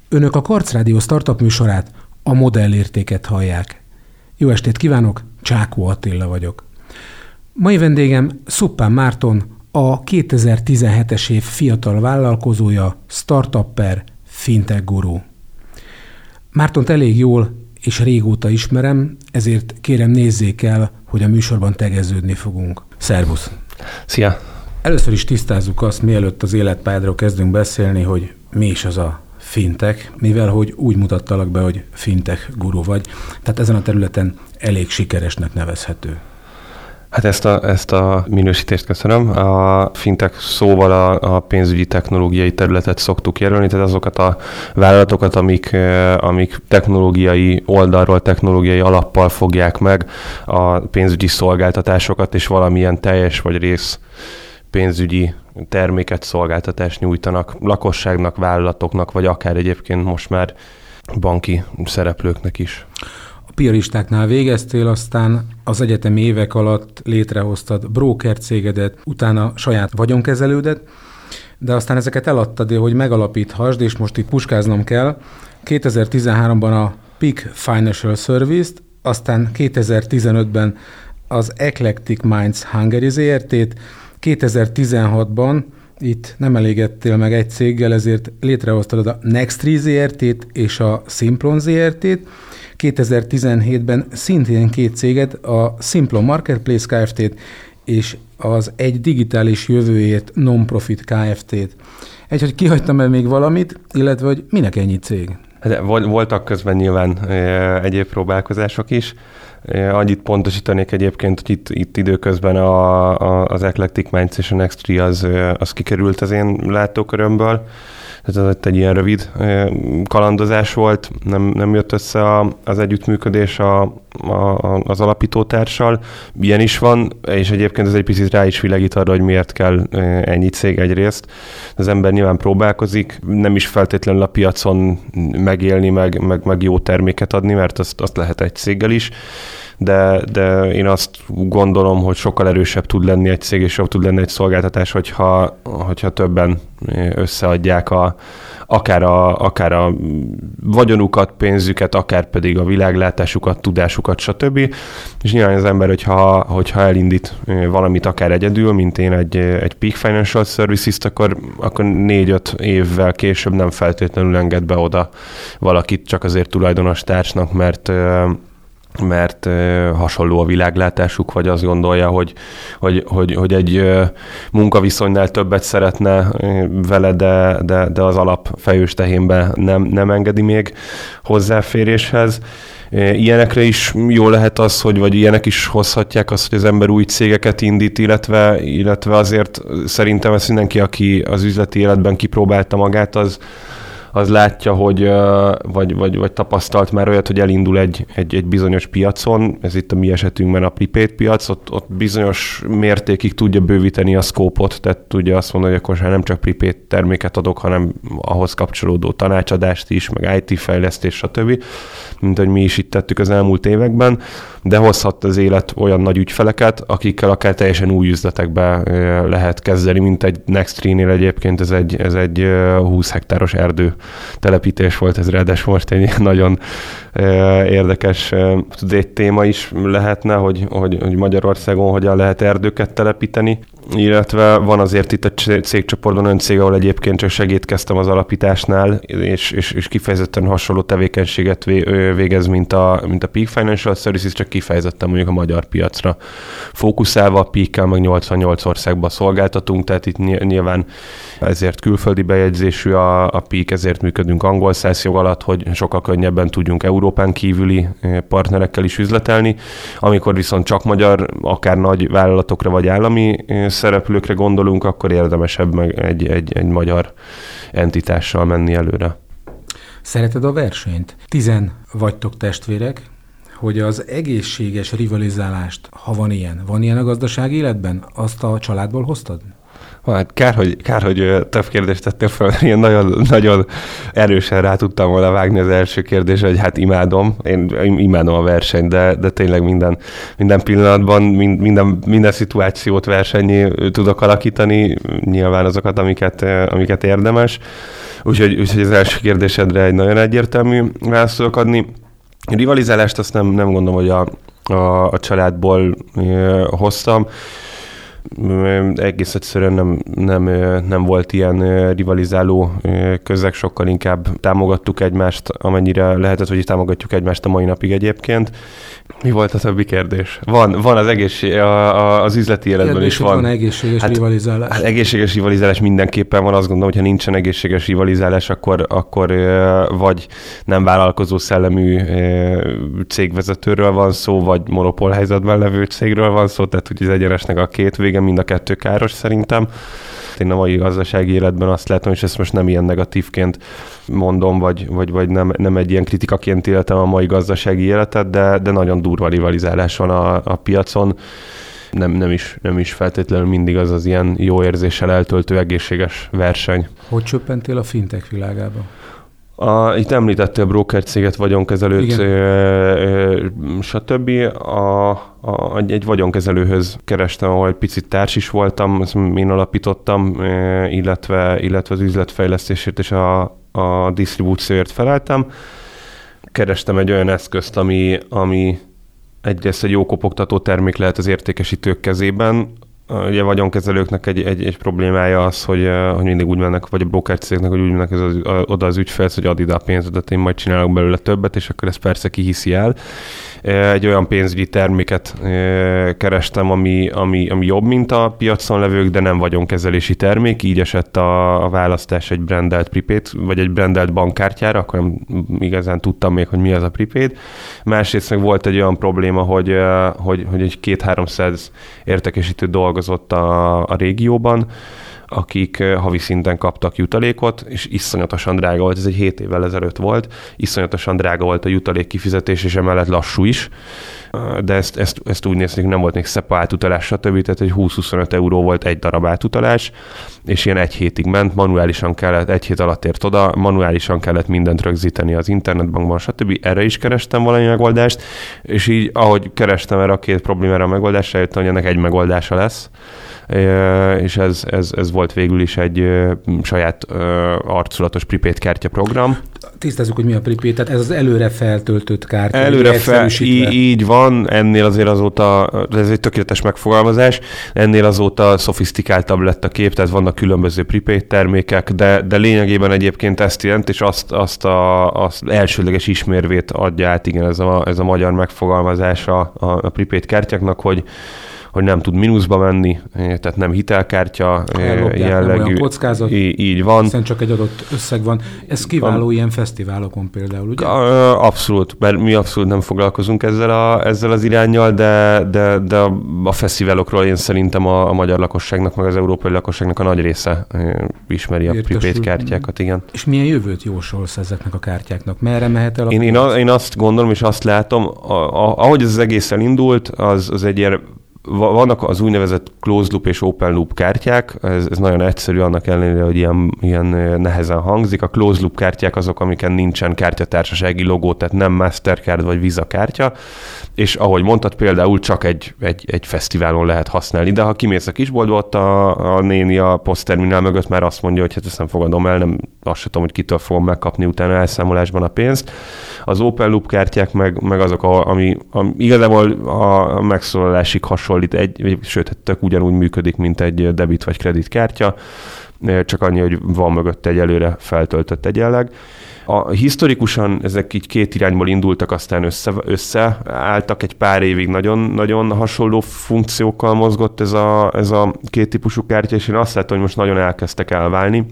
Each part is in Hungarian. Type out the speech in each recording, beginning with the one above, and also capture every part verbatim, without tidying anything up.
Önök a Karc Rádió startup műsorát, a Modellértéket hallják. Jó estét kívánok, Csákó Attila vagyok. Mai vendégem Szuppán Márton, a kétezer-tizenhetes év fiatal vállalkozója, startupper, fintech guru. Mártont elég jól és régóta ismerem, ezért kérem nézzék el, hogy a műsorban tegeződni fogunk. Szervusz! Szia! Először is tisztázzuk azt, mielőtt az életpályádról kezdünk beszélni, hogy mi is az a fintech, mivel hogy úgy mutattalak be, hogy fintech guru vagy. Tehát ezen a területen elég sikeresnek nevezhető. Hát ezt a, ezt a minősítést köszönöm. A fintech szóval a, a pénzügyi technológiai területet szoktuk jelölni, tehát azokat a vállalatokat, amik, amik technológiai oldalról, technológiai alappal fogják meg a pénzügyi szolgáltatásokat, és valamilyen teljes vagy rész pénzügyi terméket, szolgáltatást nyújtanak lakosságnak, vállalatoknak, vagy akár egyébként most már banki szereplőknek is. A piaristáknál végeztél, aztán az egyetemi évek alatt létrehoztad broker cégedet, utána saját vagyonkezelődet, de aztán ezeket eladtad, hogy megalapíthasd, és most itt puskáznom kell. kétezer-tizenháromban a Peak Financial Service-t, aztán kétezer-tizenötben az Eclectic Minds Hungary zé er té-t, kétezer-tizenhatban itt nem elégedtél meg egy céggel, ezért létrehoztad a Nextree zé er té-t és a Simplon zé er té-t. kétezer-tizenhétben szintén két céget, a Simplon Marketplace Kft-t és az Egy Digitális Jövőért Non-Profit Kft-t. Egy, hogy kihagytam el még valamit, illetve hogy minek ennyi cég? De voltak közben nyilván e, egyéb próbálkozások is. E, annyit pontosítanék egyébként, hogy itt, itt időközben a, a, az Eclectic Minds és a Nextree az, az kikerült az én látókörömből. Ez egy ilyen rövid kalandozás volt, nem, nem jött össze a, az együttműködés a, a, az alapítótársal. Ilyen is van, és egyébként ez egy picit rá is világít arra, hogy miért kell ennyi cég egyrészt. Az ember nyilván próbálkozik, nem is feltétlenül a piacon megélni, meg, meg, meg jó terméket adni, mert azt, azt lehet egy céggel is. De, de én azt gondolom, hogy sokkal erősebb tud lenni egy cég, és jobb tud lenni egy szolgáltatás, hogyha, hogyha többen összeadják a, akár, a, akár a vagyonukat, pénzüket, akár pedig a világlátásukat, tudásukat, stb. És nyilván az ember, hogyha, hogyha elindít valamit akár egyedül, mint én egy, egy Peak Financial Services-t, akkor, akkor négy-öt évvel később nem feltétlenül enged be oda valakit csak azért tulajdonos társnak, mert mert uh, hasonló a világlátásuk, vagy azt gondolja, hogy, hogy, hogy, hogy egy uh, munkaviszonynál többet szeretne uh, vele, de, de, de az alap fejős tehénbe nem, nem engedi még hozzáféréshez. Uh, ilyenekre is jó lehet az, hogy vagy ilyenek is hozhatják azt, hogy az ember új cégeket indít, illetve, illetve azért szerintem ez mindenki, aki az üzleti életben kipróbálta magát, az az látja, hogy, vagy, vagy, vagy tapasztalt már olyat, hogy elindul egy, egy, egy bizonyos piacon, ez itt a mi esetünkben a prepaid piac, ott, ott bizonyos mértékig tudja bővíteni a szkópot, tehát tudja azt mondani, hogy akkor nem csak prepaid terméket adok, hanem ahhoz kapcsolódó tanácsadást is, meg i té fejlesztés, stb., mint hogy mi is itt tettük az elmúlt években, de hozhat az élet olyan nagy ügyfeleket, akikkel akár teljesen új üzletekbe lehet kezdeni, mint egy Nextree-nél egyébként, ez egy, ez egy húsz hektáros erdő telepítés volt, ez ráadásul most egy nagyon érdekes egy téma is lehetne, hogy, hogy, hogy Magyarországon hogyan lehet erdőket telepíteni, illetve van azért itt a cégcsoportban olyan cég, ahol egyébként csak segítkeztem az alapításnál, és, és, és kifejezetten hasonló tevékenységet végez, mint a, mint a Peak Financial Services, csak kifejezetten mondjuk a magyar piacra fókuszálva, a Peak-kel meg nyolcvannyolc országban szolgáltatunk, tehát itt nyilván ezért külföldi bejegyzésű a, a Peak, ezért működünk angol száz jog alatt, hogy sokkal könnyebben tudjunk Európán kívüli partnerekkel is üzletelni. Amikor viszont csak magyar, akár nagy vállalatokra vagy állami szereplőkre gondolunk, akkor érdemesebb meg egy, egy, egy magyar entitással menni előre. Szereted a versenyt? Tizen vagytok testvérek, hogy az egészséges rivalizálást, ha van ilyen, van ilyen a gazdasági életben, azt a családból hoztad? Hát kár, hogy, kár, hogy több kérdést tettél fel, én nagyon, nagyon erősen rá tudtam volna vágni az első kérdésre, hogy hát imádom, én imádom a versenyt, de, de tényleg minden, minden pillanatban, minden, minden szituációt versennyé tudok alakítani, nyilván azokat, amiket, amiket érdemes. Úgyhogy, úgyhogy az első kérdésedre egy nagyon egyértelmű választ tudok adni. A rivalizálást azt nem, nem gondolom, hogy a, a, a családból e, hoztam. Egész egyszerűen nem, nem, nem volt ilyen rivalizáló közeg, sokkal inkább támogattuk egymást, amennyire lehetett, hogy támogatjuk egymást a mai napig egyébként. Mi volt a többi kérdés? Van, van az egészség, a, a, az üzleti életben kérdés, is van. Van egészséges hát, rivalizálás. Hát egészséges rivalizálás mindenképpen van, azt gondolom, hogyha nincsen egészséges rivalizálás, akkor, akkor vagy nem vállalkozó szellemű cégvezetőről van szó, vagy monopólhelyzetben levő cégről van szó, tehát hogy az egyenesnek a két vége, mind a kettő káros szerintem. Én a mai gazdasági életben azt látom, és ezt most nem ilyen negatívként mondom, vagy, vagy, vagy nem, nem egy ilyen kritikaként éltem a mai gazdasági életet, de, de nagyon durva rivalizálás van a, a piacon. Nem, nem, is, nem is feltétlenül mindig az az ilyen jó érzéssel eltöltő egészséges verseny. Hogy csöppentél a fintech világába? A, itt említettél brokercéget, vagyonkezelőt, ö, ö, stb. A, a, egy vagyonkezelőhöz kerestem, ahol egy picit társ is voltam, ezt én alapítottam, ö, illetve, illetve az üzletfejlesztésért és a, a disztribúcióért feleltem. Kerestem egy olyan eszközt, ami, ami egyrészt egy jó kopogtató termék lehet az értékesítők kezében. Ugye vagyonkezelőknek egy, egy, egy problémája az, hogy, hogy mindig úgy mennek, vagy a broker cégnek, hogy úgy mennek az, az, oda az ügyfélhez, hogy add ide a pénzedet, én majd csinálok belőle többet, és akkor ezt persze kihiszi el. Egy olyan pénzügyi terméket kerestem, ami, ami, ami jobb, mint a piacon levők, de nem vagyonkezelési termék, így esett a, a választás egy brandelt prepaid, vagy egy brandelt bankkártyára, akkor nem igazán tudtam még, hogy mi az a prepaid. Másrészt meg volt egy olyan probléma, hogy, hogy, hogy egy két-háromszáz értékesítő dolgozott a, a régióban, akik havi szinten kaptak jutalékot, és iszonyatosan drága volt, ez egy hét évvel ezelőtt volt, iszonyatosan drága volt a jutalék kifizetés, és emellett lassú is, de ezt, ezt, ezt úgy nézték, nem volt még SEPA átutalás, stb. Tehát egy húsz-huszonöt euró volt egy darab átutalás, és ilyen egy hétig ment, manuálisan kellett, egy hét alatt ért oda, manuálisan kellett mindent rögzíteni az internetbankban, stb. Erre is kerestem valami megoldást, és így, ahogy kerestem erre a két problémára a megoldást, rájöttem, hogy ennek egy megoldása lesz, és ez, ez, ez volt végül is egy saját arculatos prepaid kártya program. Tisztázzuk, hogy mi a prepaid, tehát ez az előre feltöltött kártya. Előre fel, így, így van, ennél azért azóta, ez egy tökéletes megfogalmazás, ennél azóta szofisztikáltabb lett a kép, tehát vannak különböző prepaid termékek, de, de lényegében egyébként ezt jelent, és azt, azt a, az elsődleges ismérvét adja át, igen, ez a, ez a magyar megfogalmazása a, a prepaid kártyáknak, hogy hogy nem tud mínuszba menni, tehát nem hitelkártya jellegű. Nem kockázat, í- így van. Hiszen csak egy adott összeg van. Ez kiváló van. Ilyen fesztiválokon például, ugye? Abszolút, mert mi abszolút nem foglalkozunk ezzel, a, ezzel az iránnyal, de, de, de a fesztiválokról én szerintem a, a magyar lakosságnak, meg az európai lakosságnak a nagy része ismeri a Értesül. prepaid kártyákat, igen. És milyen jövőt jósolsz ezeknek a kártyáknak? Merre mehet el a én, én, a, én azt gondolom, és azt látom, a, a, ahogy ez az egész elindult, az, az egy ilyen vannak az úgynevezett closed loop és open loop kártyák, ez, ez nagyon egyszerű, annak ellenére, hogy ilyen, ilyen nehezen hangzik. A closed loop kártyák azok, amiken nincsen kártyatársasági logó, tehát nem Mastercard vagy Visa kártya, és ahogy mondtad, például csak egy, egy, egy fesztiválon lehet használni, de ha kimész a kisboltba, ott a, a néni a posztterminál mögött már azt mondja, hogy hát ezt nem fogadom el, nem, azt sem tudom, hogy kitől fogom megkapni utána elszámolásban a pénzt. Az open loop kártyák meg, meg azok, ami, ami igazából a megszólalásig hasonlít, egy, sőt, tök ugyanúgy működik, mint egy debit vagy kredit kártya, csak annyi, hogy van mögötte egy előre feltöltött egyenleg. A, historikusan ezek így két irányból indultak, aztán össze, összeálltak, egy pár évig nagyon, nagyon hasonló funkciókkal mozgott ez a, ez a két típusú kártya, és én azt látom, hogy most nagyon elkezdtek elválni.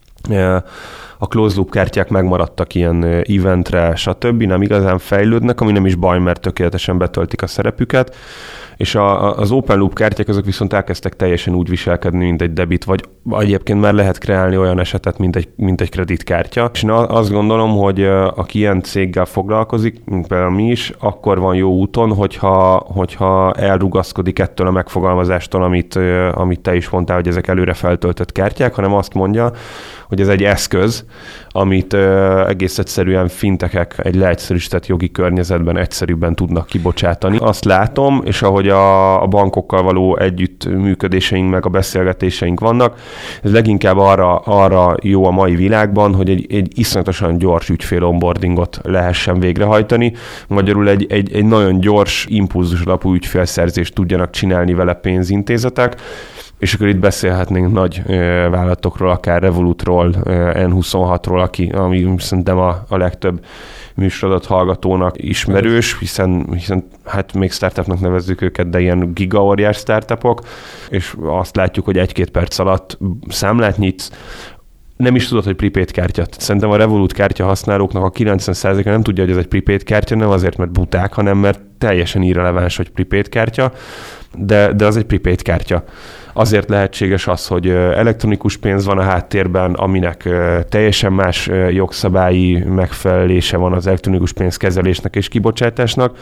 A closed loop kártyák megmaradtak ilyen eventre, stb. Nem igazán fejlődnek, ami nem is baj, mert tökéletesen betöltik a szerepüket, és a, az open loop kártyák azok viszont elkezdtek teljesen úgy viselkedni, mint egy debit, vagy egyébként már lehet kreálni olyan esetet, mint egy, mint egy kreditkártya. És én azt gondolom, hogy aki ilyen céggel foglalkozik, mint például mi is, akkor van jó úton, hogyha, hogyha elrugaszkodik ettől a megfogalmazástól, amit, amit te is mondtál, hogy ezek előre feltöltött kártyák, hanem azt mondja, hogy ez egy eszköz, amit uh, egész egyszerűen fintekek egy leegyszerűsített jogi környezetben egyszerűbben tudnak kibocsátani. Azt látom, és ahogy a, a bankokkal való együttműködéseink meg a beszélgetéseink vannak, ez leginkább arra, arra jó a mai világban, hogy egy, egy iszonyatosan gyors ügyfél onboardingot lehessen végrehajtani. Magyarul egy, egy, egy nagyon gyors, impulzus alapú ügyfélszerzést tudjanak csinálni vele pénzintézetek, és akkor itt beszélhetnénk nagy ö, vállalatokról, akár Revolutról, ö, en huszonhatról, aki, ami szerintem a, a legtöbb műsorodat hallgatónak ismerős, hiszen, hiszen hát még startupnak nevezzük őket, de ilyen gigaóriás startupok, és azt látjuk, hogy egy-két perc alatt számlát nyitsz, nem is tudod, hogy prepaid kártya. Szerintem a Revolut kártya használóknak a kilencven százaléka nem tudja, hogy ez egy prepaid kártya, nem azért, mert buták, hanem mert teljesen irreleváns, hogy prepaid kártya, de, de az egy prepaid kártya. Azért lehetséges az, hogy elektronikus pénz van a háttérben, aminek teljesen más jogszabályi megfelelése van az elektronikus pénzkezelésnek és kibocsátásnak.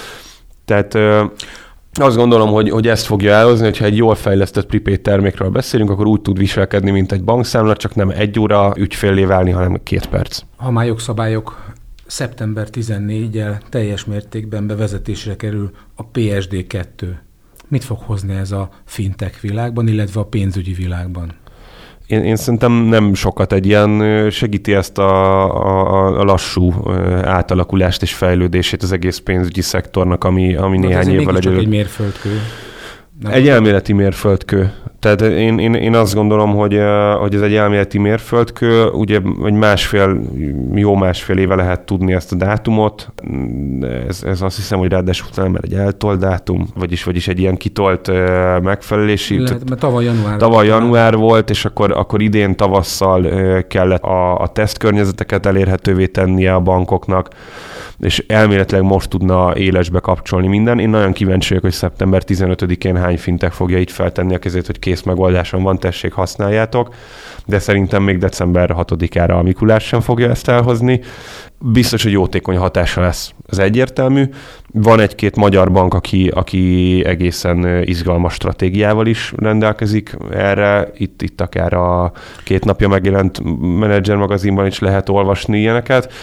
Tehát azt gondolom, hogy, hogy ezt fogja elhozni, hogyha egy jól fejlesztett prepaid termékről beszélünk, akkor úgy tud viselkedni, mint egy bankszámla, csak nem egy óra ügyféllé válni, hanem két perc. Ha már jogszabályok, szeptember tizennegyedikével teljes mértékben bevezetésre kerül a pé es dé kettő. Mit fog hozni ez a fintech világban, illetve a pénzügyi világban? Én, én szerintem nem sokat, egy ilyen segíti ezt a, a, a lassú átalakulást és fejlődését az egész pénzügyi szektornak, ami, ami de néhány évvel ezelőtt. Ez egy mérföldkő. Nem egy elméleti mérföldkő. Tehát én, én, én azt gondolom, hogy, hogy ez egy elméleti mérföldkő, ugye egy másfél, jó másfél éve lehet tudni ezt a dátumot. Ez, ez azt hiszem, hogy ráadásul utána már egy eltolt dátum, vagyis, vagyis egy ilyen kitolt megfelelési. Lehet, mert tavaly január. Tavaly január volt, és akkor, akkor idén tavasszal kellett a, a tesztkörnyezeteket elérhetővé tennie a bankoknak, és elméletileg most tudna élesbe kapcsolni minden. Én nagyon kíváncsi vagyok, hogy szeptember tizenötödikén hány fintech fogja így feltenni a kezét, hogy kész megoldáson van, tessék, használjátok, de szerintem még december hatodikára a Mikulás sem fogja ezt elhozni. Biztos, hogy jótékony hatása lesz. Ez egyértelmű. Van egy-két magyar bank, aki, aki egészen izgalmas stratégiával is rendelkezik erre. Itt, itt akár a két napja megjelent Menedzser magazinban is lehet olvasni ilyeneket.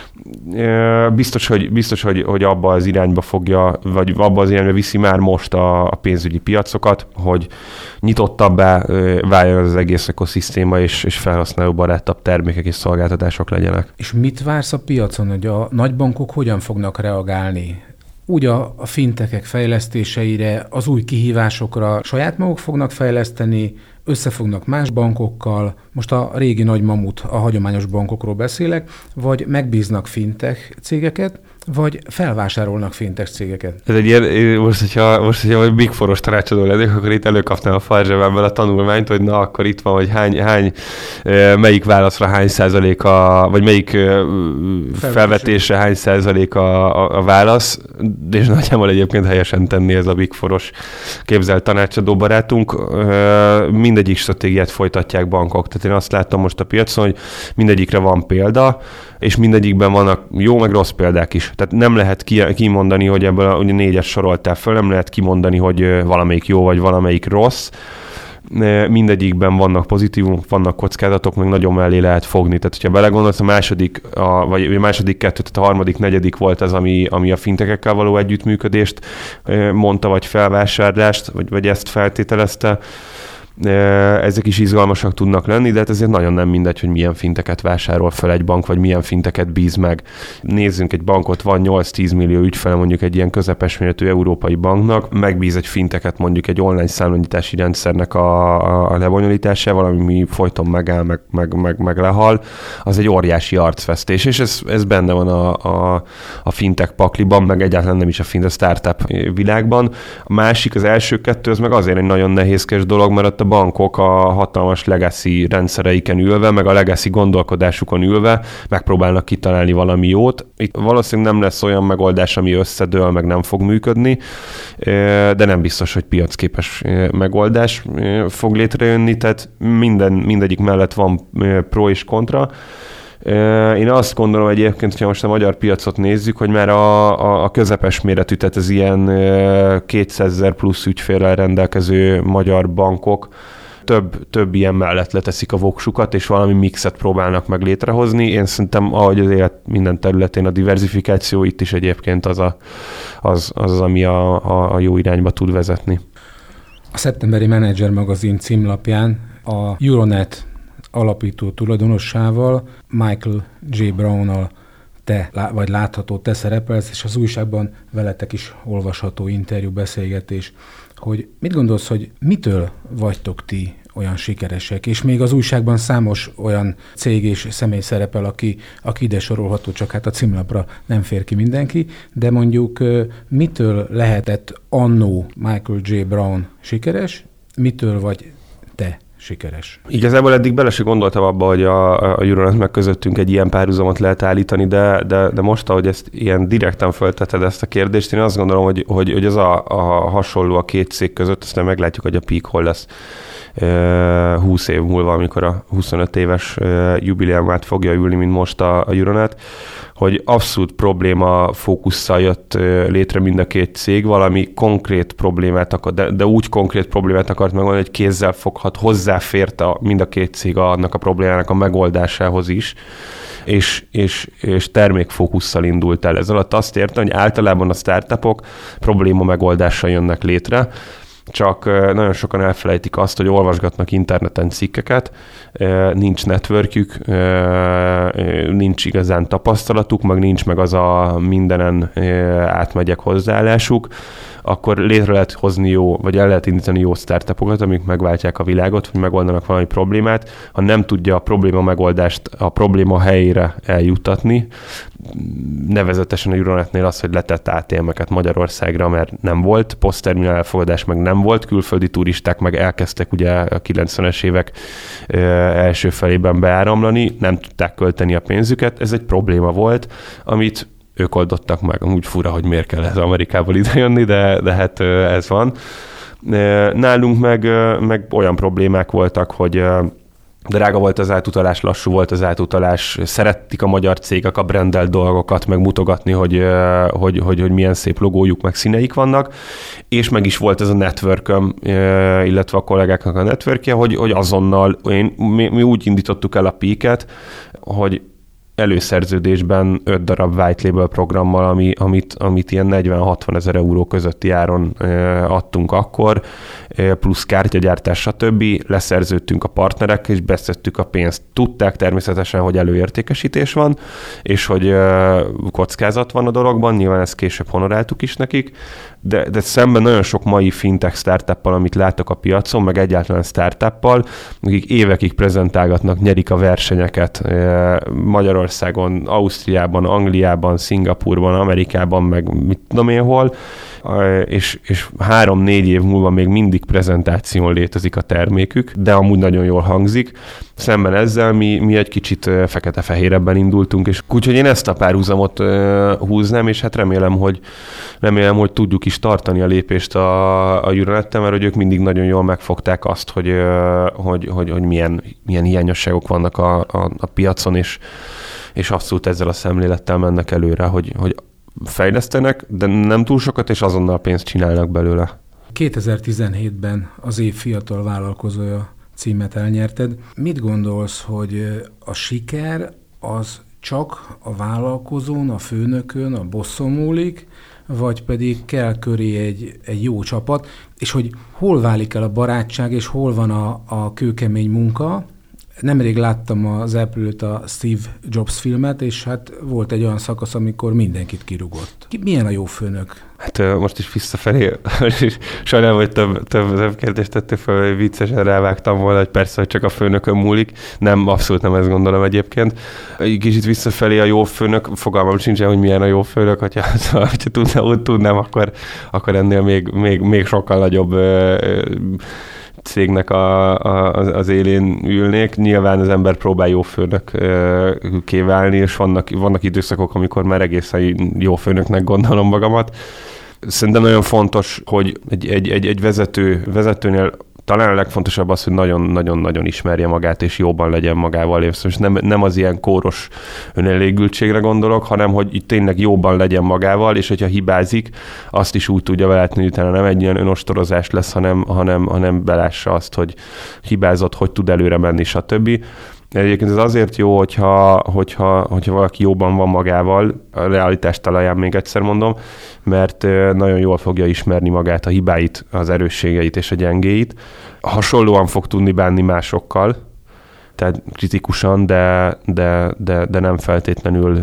Biztos, hogy, biztos hogy, hogy abba az irányba fogja, vagy abba az irányba viszi már most a, a pénzügyi piacokat, hogy nyitottabbá váljon az egész ökoszisztéma, és, és felhasználóbarátabb termékek és szolgáltatások legyenek. És mit vársz a piacon, hogy a nagybankok hogyan fognak reagálni? Úgy a, a fintekek fejlesztéseire, az új kihívásokra saját maguk fognak fejleszteni, összefognak más bankokkal, most a régi nagy mamut, a hagyományos bankokról beszélek, vagy megbíznak fintech cégeket, vagy felvásárolnak fintech cégeket. Ez egy ilyen, most, hogyha, most, hogyha Big Four-os tanácsadó lennék, akkor itt előkapnám a farzsebemből a tanulmányt, hogy na, akkor itt van, hogy hány, hány melyik válaszra hány százalék a, vagy melyik felvetésre hány százalék a, a, a válasz, és nagyjából egyébként helyesen tenni ez a Big Four-os képzelt tanácsadó barátunk. Mindegyik stratégiát folytatják bankok. Tehát én azt látom most a piacon, hogy mindegyikre van példa, és mindegyikben vannak jó meg rossz példák is. Tehát nem lehet kimondani, hogy ebből a ugye négyes soroltál föl, nem lehet kimondani, hogy valamelyik jó, vagy valamelyik rossz. Mindegyikben vannak pozitívumok, vannak kockázatok, meg nagyon mellé lehet fogni. Tehát, hogyha belegondolsz, a második, a, vagy a második kettő, tehát a harmadik, negyedik volt az, ami, ami a fintekekkel való együttműködést mondta, vagy felvásárlást, vagy, vagy ezt feltételezte. Ezek is izgalmasak tudnak lenni, de hát ezért nagyon nem mindegy, hogy milyen finteket vásárol fel egy bank, vagy milyen finteket bíz meg. Nézzünk egy bankot, van nyolc-tíz millió ügyfele mondjuk egy ilyen közepes méretű európai banknak, megbíz egy finteket mondjuk egy online számlanyítási rendszernek a, a, a lebonyolításával, ami folyton megáll, meg, meg, meg, meg lehal, az egy óriási arcvesztés, és ez, ez benne van a, a, a fintech pakliban, meg egyáltalán nem is a fintech startup világban. A másik, az első kettő, az meg azért egy nagyon nehézkes dolog, mert ott a bankok a hatalmas legacy rendszereiken ülve, meg a legacy gondolkodásukon ülve megpróbálnak kitalálni valami jót. Itt valószínűleg nem lesz olyan megoldás, ami összedől, meg nem fog működni, de nem biztos, hogy piacképes megoldás fog létrejönni, tehát minden, mindegyik mellett van pro és kontra. Én azt gondolom egyébként, hogyha most a magyar piacot nézzük, hogy már a, a, a közepes méretű, tehát az ilyen kétszázezer plusz ügyféllel rendelkező magyar bankok több, több ilyen mellett leteszik a voksukat, és valami mixet próbálnak meg létrehozni. Én szerintem, ahogy az élet minden területén a diversifikáció, itt is egyébként az, a, az, az ami a, a, a jó irányba tud vezetni. A szeptemberi Manager magazin címlapján a Euronet alapító tulajdonossával, Michael J. Brownnal te, vagy látható, te szerepelsz, és az újságban veletek is olvasható interjú, beszélgetés, hogy mit gondolsz, hogy mitől vagytok ti olyan sikeresek, és még az újságban számos olyan cég és személy szerepel, aki, aki ide sorolható, csak hát a címlapra nem fér ki mindenki, de mondjuk mitől lehetett annó Michael J. Brown sikeres, mitől vagy te sikeres? Igazából eddig bele se gondoltam abba, hogy a, a Euronet meg közöttünk egy ilyen párhuzamot lehet állítani, de, de, de most, ahogy ezt ilyen direkten fölteted ezt a kérdést, én azt gondolom, hogy, hogy, hogy az a, a hasonló a két cég között, aztán meglátjuk, hogy a peak hol lesz húsz év múlva, amikor a huszonöt éves jubileumát fogja ülni, mint most a, a Euronet, hogy abszolút probléma fókusszal jött létre mind a két cég, valami konkrét problémát akar, de, de úgy konkrét problémát akart megoldani, hogy kézzel foghat, hozzáfért a, mind a két cég annak a problémának a megoldásához is, és, és, és termékfókusszal indult el. Ez alatt azt értem, hogy általában a startupok probléma megoldással jönnek létre, csak nagyon sokan elfelejtik azt, hogy olvasgatnak interneten cikkeket, nincs networkjük, nincs igazán tapasztalatuk, meg nincs meg az a mindenen átmegyek hozzáállásuk, akkor létre lehet hozni jó, vagy el lehet indítani jó startupokat, amik megváltják a világot, vagy megoldanak valami problémát. Ha nem tudja a probléma megoldást a probléma helyére eljuttatni, nevezetesen a Euronetnél az, hogy letett á té em-eket Magyarországra, mert nem volt, posztterminál elfogadás meg nem volt, külföldi turisták meg elkezdtek ugye a kilencvenes évek első felében beáramlani, nem tudták költeni a pénzüket, ez egy probléma volt, amit ők oldottak meg. Úgy fura, hogy miért kell ez Amerikából idejönni, de, de hát ez van. Nálunk meg, meg olyan problémák voltak, hogy drága volt az átutalás, lassú volt az átutalás, szerettik a magyar cégek a brandelt dolgokat megmutogatni, hogy, hogy, hogy, hogy milyen szép logójuk, meg színeik vannak, és meg is volt ez a networköm, illetve a kollégáknak a networkje, hogy, hogy azonnal én, mi, mi úgy indítottuk el a peaket, hogy előszerződésben öt darab white label programmal, ami, amit, amit ilyen negyven-hatvan ezer euró közötti áron e, adtunk akkor, e, plusz kártyagyártás, stb. Leszerződtünk a partnerekkel, és beszedtük a pénzt. Tudták természetesen, hogy előértékesítés van, és hogy e, kockázat van a dologban, nyilván ezt később honoráltuk is nekik, de, de szemben nagyon sok mai fintech startuppal, amit láttak a piacon, meg egyáltalán startuppal, akik évekig prezentálgatnak, nyerik a versenyeket e, Magyarországon, Magyarországon, Ausztriában, Angliában, Szingapurban, Amerikában, meg mit tudom én hol, és, és három-négy év múlva még mindig prezentáción létezik a termékük, de amúgy nagyon jól hangzik. Szemben ezzel mi, mi egy kicsit fekete-fehérebben indultunk, és úgyhogy én ezt a párhuzamot húznám, és hát remélem, hogy, remélem, hogy tudjuk is tartani a lépést a, a Euronettel, mert hogy ők mindig nagyon jól megfogták azt, hogy, hogy, hogy, hogy milyen, milyen hiányosságok vannak a, a, a piacon, és, és abszolút ezzel a szemlélettel mennek előre, hogy, hogy fejlesztenek, de nem túl sokat, és azonnal pénzt csinálnak belőle. kétezer-tizenhétben az év fiatal vállalkozója címet elnyerted. Mit gondolsz, hogy a siker az csak a vállalkozón, a főnökön, a bosszon múlik, vagy pedig kell köré egy, egy jó csapat, és hogy hol válik el a barátság, és hol van a, a kőkemény munka. Nemrég láttam az Apple-t, a Steve Jobs filmet, és hát volt egy olyan szakasz, amikor mindenkit kirúgott. Milyen a jó főnök? Hát most is visszafelé, sajnálom, hogy több, több, több kérdést tettél fel, hogy viccesen rávágtam volna, hogy persze, hogy csak a főnökön múlik. Nem, abszolút nem ezt gondolom egyébként. Egy kicsit visszafelé a jó főnök, fogalmam sincsen, hogy milyen a jó főnök, hogyha, hogyha tudnám, úgy tudnám, akkor, akkor ennél még, még, még sokkal nagyobb cégnek a, a, az élén ülnék. Nyilván az ember próbál jó főnökké válni, és vannak, vannak időszakok, amikor már egészen jó főnöknek gondolom magamat. Szerintem nagyon fontos, hogy egy, egy, egy, egy vezető, vezetőnél talán a legfontosabb az, hogy nagyon-nagyon-nagyon ismerje magát, és jobban legyen magával. És nem, nem az ilyen kóros önelégültségre gondolok, hanem hogy itt tényleg jobban legyen magával, és hogyha hibázik, azt is úgy tudja belátni, hogy utána nem egy ilyen önostorozás lesz, hanem, hanem, hanem belássa azt, hogy hibázott, hogy tud előre menni, stb. Egyébként ez azért jó, hogyha, hogyha, hogyha valaki jobban van magával, a realitás talaján még egyszer mondom, mert nagyon jól fogja ismerni magát, a hibáit, az erősségeit és a gyengéit. Hasonlóan fog tudni bánni másokkal, tehát kritikusan, de, de, de, de nem feltétlenül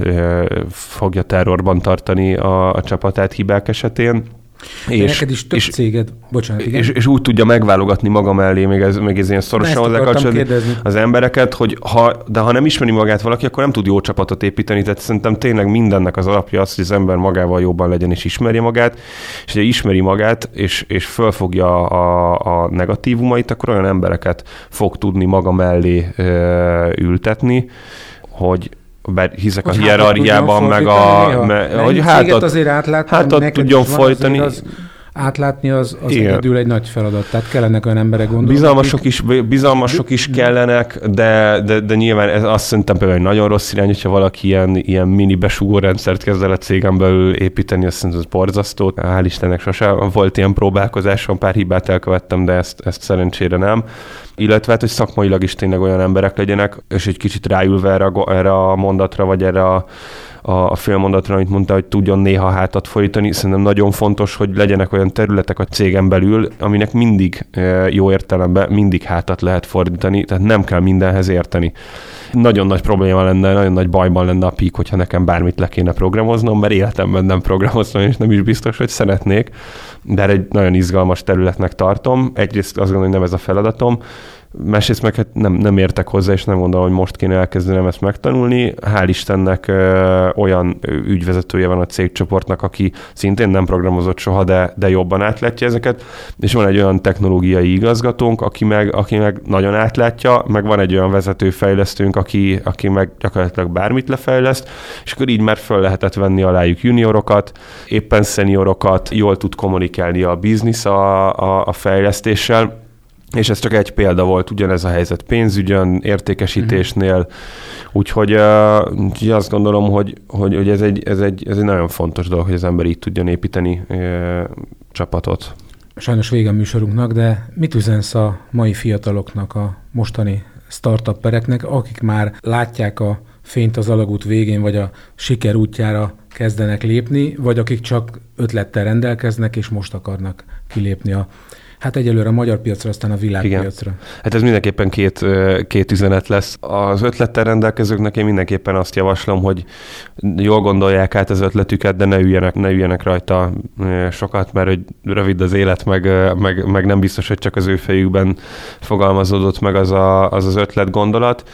fogja terrorban tartani a, a csapatát hibák esetén. És, neked is több és, céged, bocsánat, igen. És, és úgy tudja megválogatni maga mellé, még ez, még ez ilyen szorosan hozzá kapcsolatni az embereket, hogy ha, de ha nem ismeri magát valaki, akkor nem tud jó csapatot építeni, tehát szerintem tényleg mindennek az alapja az, hogy az ember magával jobban legyen és ismerje magát, és hogyha ismeri magát, és, és fölfogja a, a negatívumait, akkor olyan embereket fog tudni maga mellé ö, ültetni, hogy bár hiszek hogy a hierarchiában, meg a... Me, hogy hátat, azért átlátni, hátat tudjon folytani. Az, átlátni az, az egyedül egy nagy feladat, tehát kellenek olyan emberek gondolni. Bizalmasok is, bizalmasok is kellenek, de, de, de nyilván ez azt szerintem például egy nagyon rossz irány, hogyha valaki ilyen, ilyen mini besugó rendszert kezd el a cégen belül építeni, azt szerintem az borzasztó. Hál' Istennek sose volt ilyen próbálkozásom, pár hibát elkövettem, de ezt, ezt szerencsére nem. Illetve hát, hogy szakmailag is tényleg olyan emberek legyenek, és egy kicsit ráülve erre a, erre a mondatra, vagy erre a, a, a félmondatra, amit mondta, hogy tudjon néha hátat fordítani. Szerintem nagyon fontos, hogy legyenek olyan területek a cégen belül, aminek mindig jó értelemben mindig hátat lehet fordítani, tehát nem kell mindenhez érteni. Nagyon nagy probléma lenne, nagyon nagy bajban lenne a pík, hogyha nekem bármit le kéne programoznom, mert életemben nem programoztam, és nem is biztos, hogy szeretnék, de egy nagyon izgalmas területnek tartom. Egyrészt azt gondolom, hogy nem ez a feladatom, másrészt meg hát nem, nem értek hozzá, és nem gondolom, hogy most kéne elkezdenem ezt megtanulni. Hál' Istennek ö, olyan ügyvezetője van a cégcsoportnak, aki szintén nem programozott soha, de, de jobban átlátja ezeket, és van egy olyan technológiai igazgatónk, aki meg, aki meg nagyon átlátja, meg van egy olyan vezetőfejlesztőnk, aki, aki meg gyakorlatilag bármit lefejleszt, és akkor így már föl lehetett venni alájuk juniorokat, éppen szeniorokat, jól tud kommunikálni a biznisz a, a, a fejlesztéssel. És ez csak egy példa volt, ugyanez a helyzet pénzügyön, értékesítésnél, mm-hmm. úgyhogy, uh, úgyhogy azt gondolom, hogy, hogy, hogy ez, egy, ez, egy, ez egy nagyon fontos dolog, hogy az ember így tudjon építeni uh, csapatot. Sajnos vége a műsorunknak, de mit üzensz a mai fiataloknak, a mostani startuppereknek, akik már látják a fényt az alagút végén, vagy a siker útjára kezdenek lépni, vagy akik csak ötlettel rendelkeznek, és most akarnak kilépni a Hát egyelőre a magyar piacra, aztán a világpiacra. Igen. Hát ez mindenképpen két, két üzenet lesz. Az ötlettel rendelkezőknek én mindenképpen azt javaslom, hogy jól gondolják át az ötletüket, de ne üljenek, ne üljenek rajta sokat, mert hogy rövid az élet, meg, meg, meg nem biztos, hogy csak az ő fejükben fogalmazódott meg az a, az, az ötlet gondolat.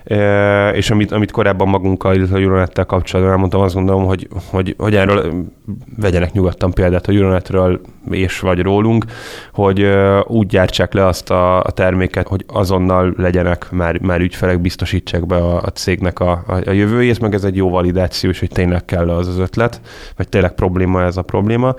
E, és amit, amit korábban magunkkal, illetve a Euronettel kapcsolatban elmondtam, azt gondolom, hogy, hogy, hogy erről vegyenek nyugodtan példát a Euronetről és vagy rólunk, hogy e, úgy gyártsák le azt a, a terméket, hogy azonnal legyenek már, már ügyfelek, biztosítsák be a, a cégnek a, a, a jövőjét, meg ez egy jó validáció, és hogy tényleg kell az az ötlet, vagy tényleg probléma ez a probléma.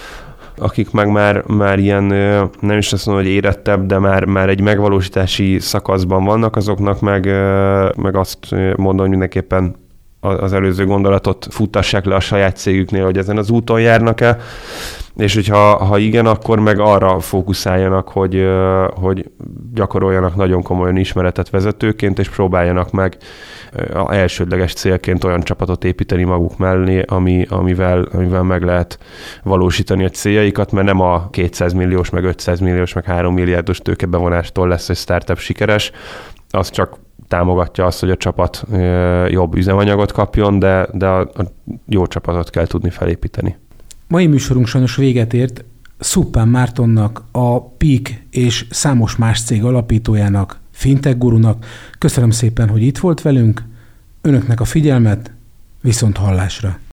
Akik meg már, már ilyen, nem is azt mondom, hogy érettebb, de már, már egy megvalósítási szakaszban vannak, azoknak meg, meg azt mondom, hogy mindenképpen az előző gondolatot futtassák le a saját cégüknél, hogy ezen az úton járnak-e, és hogyha ha igen, akkor meg arra fókuszáljanak, hogy, hogy gyakoroljanak nagyon komolyan ismeretet vezetőként, és próbáljanak meg a elsődleges célként olyan csapatot építeni maguk mellé, ami, amivel, amivel meg lehet valósítani a céljaikat, mert nem a kétszáz milliós, meg ötszáz milliós, meg három milliárdos tőkebevonástól lesz egy startup sikeres, az csak támogatja azt, hogy a csapat jobb üzemanyagot kapjon, de, de a, a jó csapatot kell tudni felépíteni. Mai műsorunk sajnos véget ért. Szuppán Mártonnak, a Peak és számos más cég alapítójának, fintech gurunak köszönöm szépen, hogy itt volt velünk. Önöknek a figyelmet, viszont hallásra.